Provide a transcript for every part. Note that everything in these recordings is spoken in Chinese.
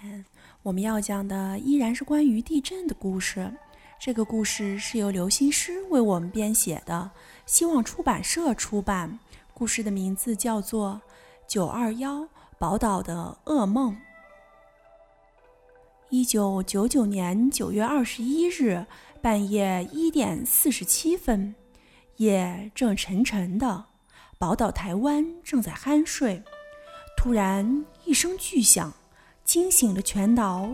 天我们要讲的依然是关于地震的故事。这个故事是由刘心诗为我们编写的，希望出版社出版。故事的名字叫做921宝岛的噩梦。1999年9月21日半夜1点47分，夜正沉沉的，宝岛台湾正在酣睡。突然一声巨响，惊醒了全岛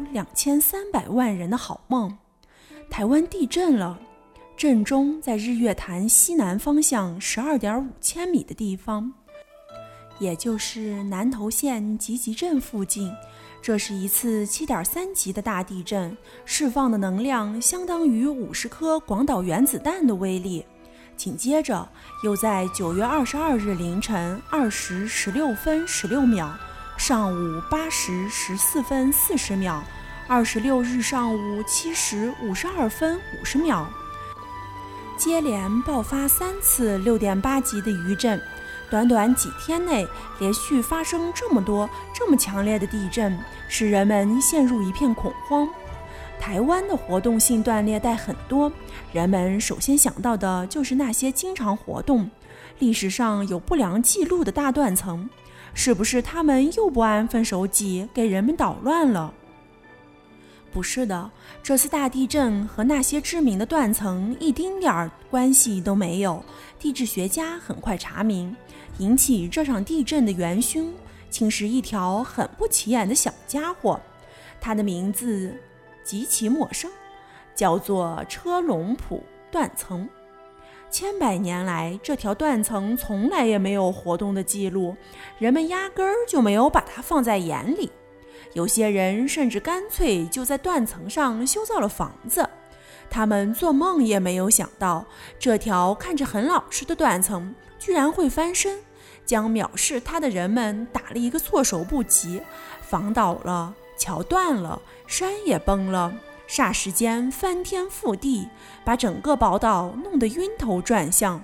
2300万人的好梦。台湾地震了，震中在日月潭西南方向12.5千米的地方，也就是南投县集集镇附近。这是一次7.3级的大地震，释放的能量相当于50颗广岛原子弹的威力。紧接着又在9月22日凌晨20时16分16秒、上午8时14分40秒、26日上午7时52分50秒，接连爆发3次6.8级的余震。短短几天内连续发生这么多这么强烈的地震，使人们陷入一片恐慌。台湾的活动性断裂带很多，人们首先想到的就是那些经常活动、历史上有不良记录的大断层，是不是他们又不安分守己，给人们捣乱了？不是的，这次大地震和那些知名的断层一丁点儿关系都没有。地质学家很快查明，引起这场地震的元凶竟是一条很不起眼的小家伙，它的名字极其陌生，叫做车龙埔断层。千百年来，这条断层从来也没有活动的记录，人们压根儿就没有把它放在眼里。有些人甚至干脆就在断层上修造了房子。他们做梦也没有想到，这条看着很老实的断层居然会翻身，将藐视它的人们打了一个措手不及。房倒了，桥断了，山也崩了，霎时间翻天覆地，把整个宝岛弄得晕头转向。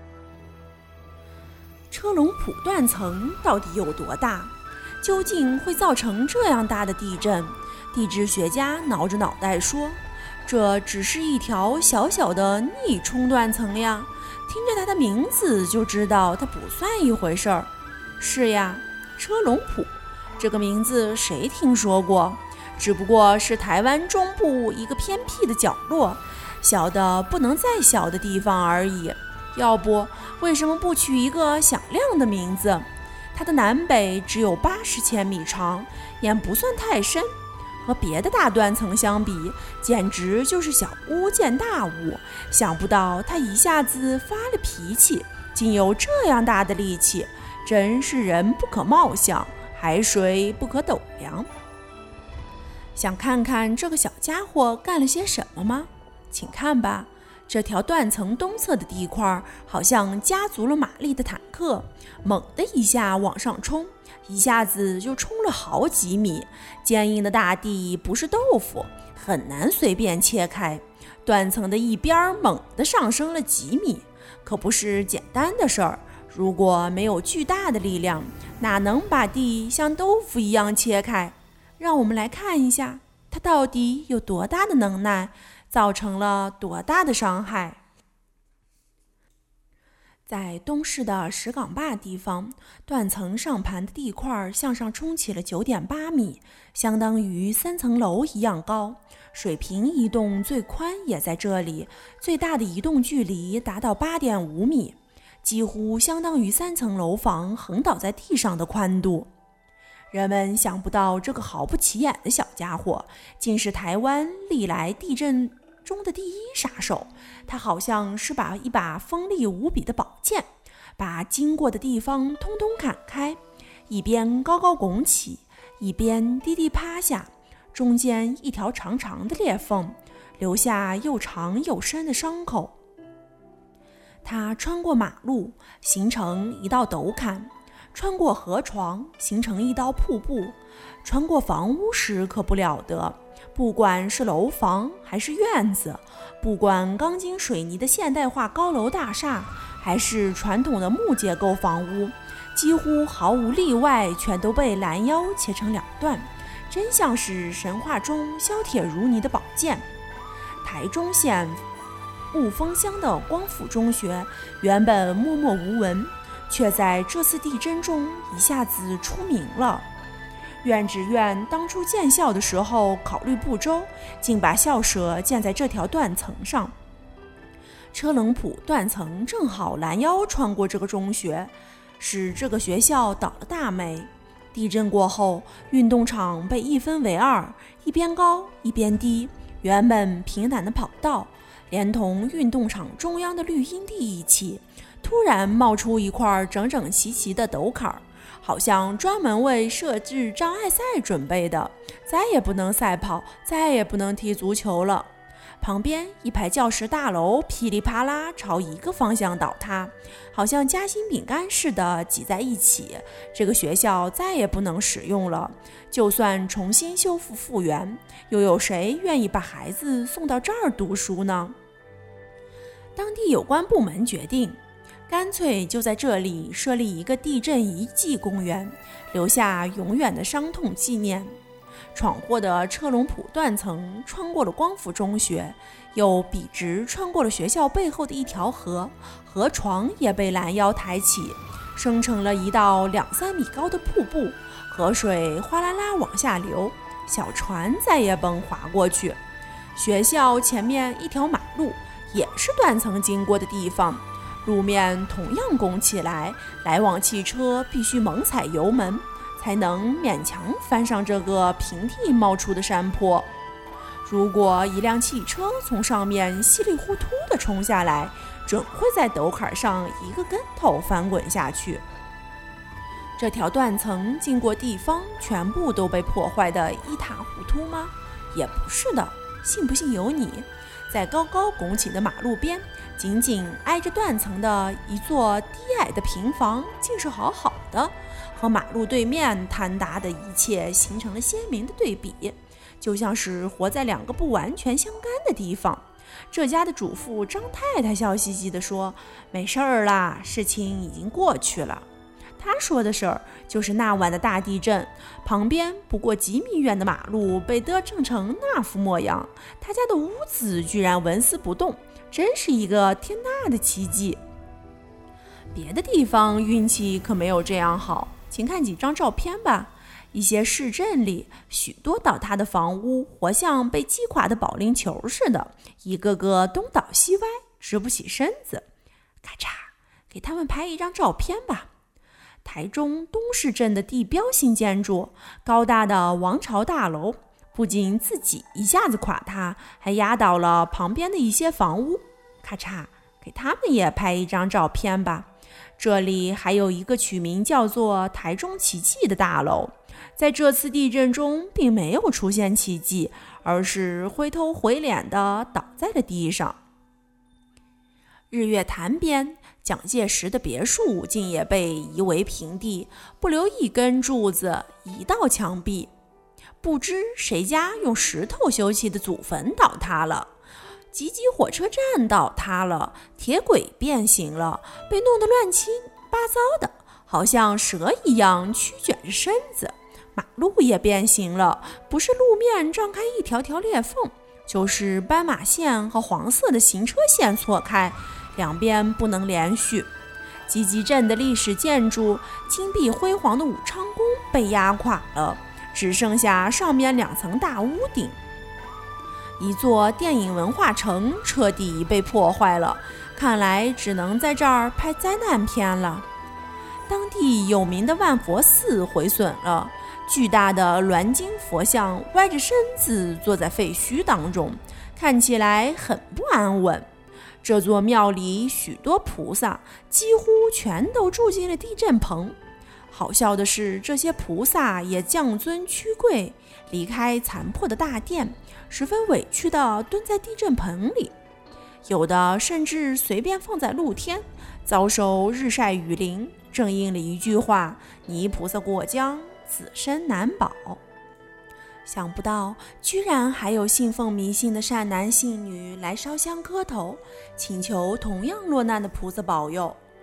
车龙埔断层到底有多大？究竟会造成这样大的地震？地质学家挠着脑袋说，这只是一条小小的逆冲断层呀，听着它的名字就知道它不算一回事儿。是呀，车龙埔这个名字谁听说过？只不过是台湾中部一个偏僻的角落，小的不能再小的地方而已。要不为什么不取一个响亮的名字？它的南北只有80千米长，也不算太深，和别的大断层相比，简直就是小巫见大巫。想不到它一下子发了脾气，竟有这样大的力气，真是人不可貌相，海水不可斗量。想看看这个小家伙干了些什么吗？请看吧，这条断层东侧的地块好像加足了马力的坦克，猛地一下往上冲，一下子就冲了好几米。坚硬的大地不是豆腐，很难随便切开。断层的一边猛地上升了几米，可不是简单的事儿。如果没有巨大的力量，哪能把地像豆腐一样切开？让我们来看一下，它到底有多大的能耐，造成了多大的伤害。在东市的石岗坝地方，断层上盘的地块向上冲起了9.8米，相当于3层楼一样高。水平移动最宽也在这里，最大的移动距离达到8.5米，几乎相当于3层楼房横倒在地上的宽度。人们想不到这个毫不起眼的小家伙，竟是台湾历来地震中的第一杀手。他好像是把一把锋利无比的宝剑，把经过的地方通通砍开，一边高高拱起，一边低低趴下，中间一条长长的裂缝，留下又长又深的伤口。他穿过马路，形成一道陡坎，穿过河床，形成一道瀑布。穿过房屋时可不了得，不管是楼房还是院子，不管钢筋水泥的现代化高楼大厦，还是传统的木结构房屋，几乎毫无例外全都被拦腰切成2段。 真像是神话中削铁如泥的宝剑。台中县雾峰乡的光复中学原本默默无闻，却在这次地震中一下子出名了。院指院当初建校的时候考虑不周，竟把校舍建在这条断层上。车棱埔断层正好拦腰穿过这个中学，使这个学校倒了大霉。地震过后，运动场被一分为二，一边高一边低，原本平坦的跑道连同运动场中央的绿荫地一起，突然冒出一块整整齐齐的陡坎，好像专门为设置障碍赛准备的，再也不能赛跑，再也不能踢足球了。旁边一排教室大楼噼里啪啦朝一个方向倒塌，好像夹心饼干似的挤在一起。这个学校再也不能使用了，就算重新修复复原，又有谁愿意把孩子送到这儿读书呢？当地有关部门决定，干脆就在这里设立一个地震遗迹公园，留下永远的伤痛纪念。闯祸的车龙埔断层穿过了光复中学，又笔直穿过了学校背后的一条河，河床也被拦腰抬起，生成了一道2-3米高的瀑布，河水哗啦啦往下流，小船再也甭划过去。学校前面一条马路也是断层经过的地方，路面同样拱起来，来往汽车必须猛踩油门，才能勉强翻上这个平地冒出的山坡。如果一辆汽车从上面稀里糊涂地冲下来，准会在陡坎上一个跟头翻滚下去。这条断层经过地方全部都被破坏得一塌糊涂吗？也不是的，信不信由你。在高高拱起的马路边，紧紧挨着断层的一座低矮的平房竟是好好的，和马路对面坍塌的一切形成了鲜明的对比，就像是活在2个不完全相干的地方。这家的主妇张太太笑嘻嘻地说：“没事儿啦，事情已经过去了。”她说的事儿就是那晚的大地震，旁边不过几米远的马路被折腾成那副模样，她家的屋子居然纹丝不动，真是一个天大的奇迹。别的地方运气可没有这样好，请看几张照片吧。一些市镇里许多倒塌的房屋活像被击垮的保龄球似的，一个个东倒西歪，直不起身子。咔嚓，给他们拍一张照片吧。台中东市镇的地标性建筑，高大的王朝大楼，不仅自己一下子垮塌，还压倒了旁边的一些房屋。咔嚓，给他们也拍一张照片吧。这里还有一个取名叫做台中奇迹的大楼，在这次地震中并没有出现奇迹，而是灰头灰脸地倒在了地上。日月潭边，蒋介石的别墅竟也被夷为平地，不留一根柱子，一道墙壁。不知谁家用石头修砌的祖坟倒塌了，集集火车站倒塌了，铁轨变形了，被弄得乱七八糟的，好像蛇一样曲卷着身子。马路也变形了，不是路面张开一条条裂缝，就是斑马线和黄色的行车线错开，两边不能连续。集集镇的历史建筑，金碧辉煌的武昌宫被压垮了，只剩下上面2层大屋顶。一座电影文化城彻底被破坏了，看来只能在这儿拍灾难片了。当地有名的万佛寺毁损了，巨大的銮金佛像歪着身子坐在废墟当中，看起来很不安稳。这座庙里许多菩萨几乎全都住进了地震棚。好笑的是，这些菩萨也降尊屈贵，离开残破的大殿，十分委屈地蹲在地震棚里，有的甚至随便放在露天，遭受日晒雨淋，正应了一句话：泥菩萨过江，子身难保。想不到居然还有信奉迷信的善男信女来烧香磕头，请求同样落难的菩萨保佑。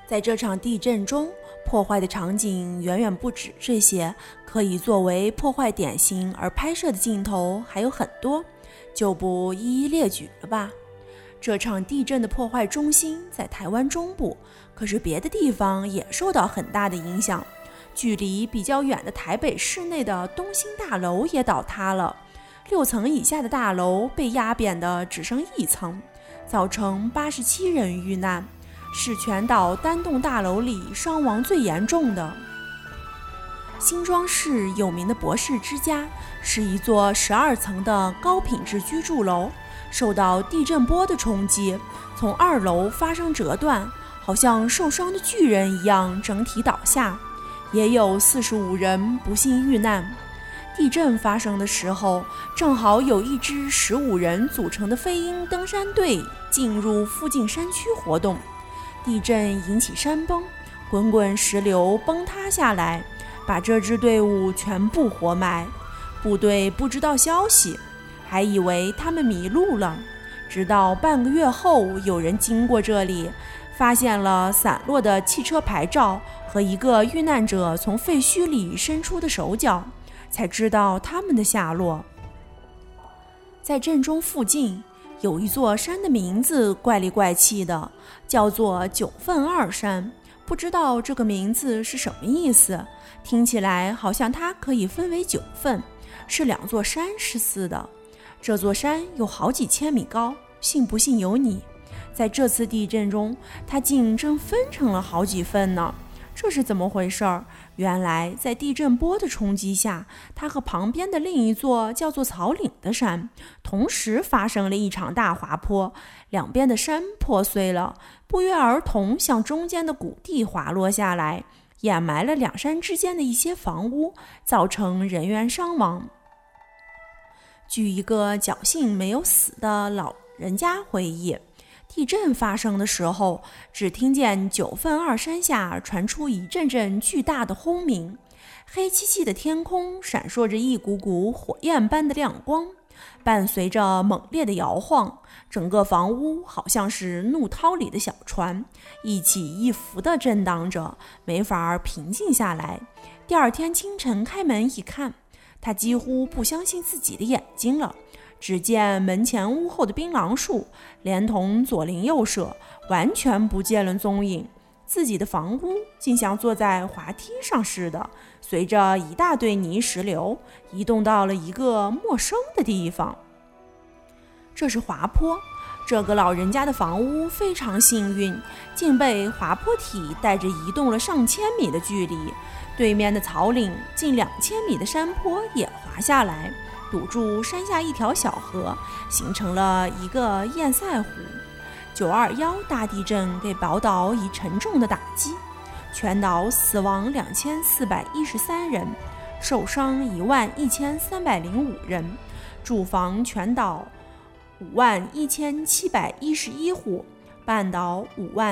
在这场地震中，破坏的场景远远不止这些，可以作为破坏典型而拍摄的镜头还有很多，就不一一列举了吧。这场地震的破坏中心在台湾中部，可是别的地方也受到很大的影响。距离比较远的台北市内的东兴大楼也倒塌了，6层以下的大楼被压扁的只剩1层，造成87人遇难，是全岛单栋大楼里伤亡最严重的。新庄市有名的博士之家是一座12层的高品质居住楼，受到地震波的冲击，从2楼发生折断，好像受伤的巨人一样整体倒下，也有45人不幸遇难。地震发生的时候，正好有一支15人组成的飞鹰登山队进入附近山区活动。地震引起山崩，滚滚石流崩塌下来，把这支队伍全部活埋。部队不知道消息，还以为他们迷路了，直到半个月后有人经过这里，发现了散落的汽车牌照和一个遇难者从废墟里伸出的手脚，才知道他们的下落。在震中附近有一座山的名字怪里怪气的，叫做9份2山，不知道这个名字是什么意思，听起来好像它可以分为9份，是2座山是似的。这座山有好几千米高，信不信由你。在这次地震中，它竟真分成了好几份呢，这是怎么回事儿？原来在地震波的冲击下，它和旁边的另一座叫做草岭的山同时发生了一场大滑坡，两边的山破碎了，不约而同向中间的谷地滑落下来，掩埋了2山之间的一些房屋，造成人员伤亡。据一个侥幸没有死的老人家回忆，地震发生的时候，只听见9份2山下传出一阵阵巨大的轰鸣，黑漆漆的天空闪烁着一股股火焰般的亮光，伴随着猛烈的摇晃，整个房屋好像是怒涛里的小船，一起一伏地震荡着，没法平静下来。第二天清晨开门一看，他几乎不相信自己的眼睛了。只见门前屋后的槟榔树连同左邻右舍完全不见了踪影，自己的房屋竟像坐在滑梯上似的，随着一大堆泥石流移动到了一个陌生的地方。这是滑坡，这个老人家的房屋非常幸运，竟被滑坡体带着移动了上千米的距离，对面的草岭近2000米的山坡也滑下来，堵住山下一条小河，形成了一个堰塞湖。921大地震给宝岛以沉重的打击，全岛死亡2413人，受伤11305人，住房全岛51711户，半岛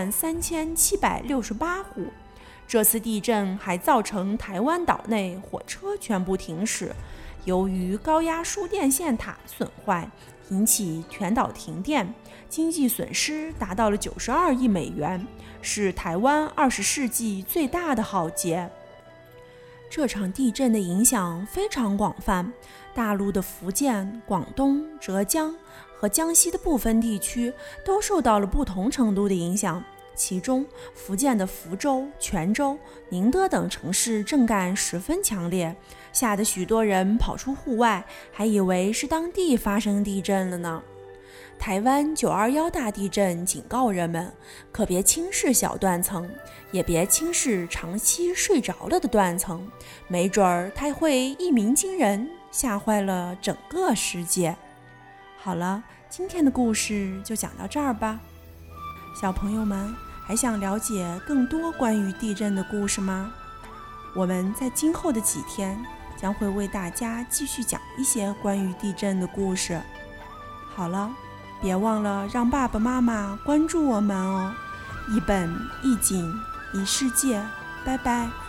53768户。这次地震还造成台湾岛内火车全部停驶，由于高压输电线塔损坏，引起全岛停电，经济损失达到了92亿美元，是台湾20世纪最大的浩劫。这场地震的影响非常广泛，大陆的福建、广东、浙江和江西的部分地区都受到了不同程度的影响。其中，福建的福州、泉州、宁德等城市震感十分强烈，吓得许多人跑出户外，还以为是当地发生地震了呢。台湾921大地震警告人们，可别轻视小断层，也别轻视长期睡着了的断层，没准儿它会一鸣惊人，吓坏了整个世界。好了，今天的故事就讲到这儿吧。小朋友们，还想了解更多关于地震的故事吗？我们在今后的几天将会为大家继续讲一些关于地震的故事。好了，别忘了让爸爸妈妈关注我们哦。一本一景一世界，拜拜。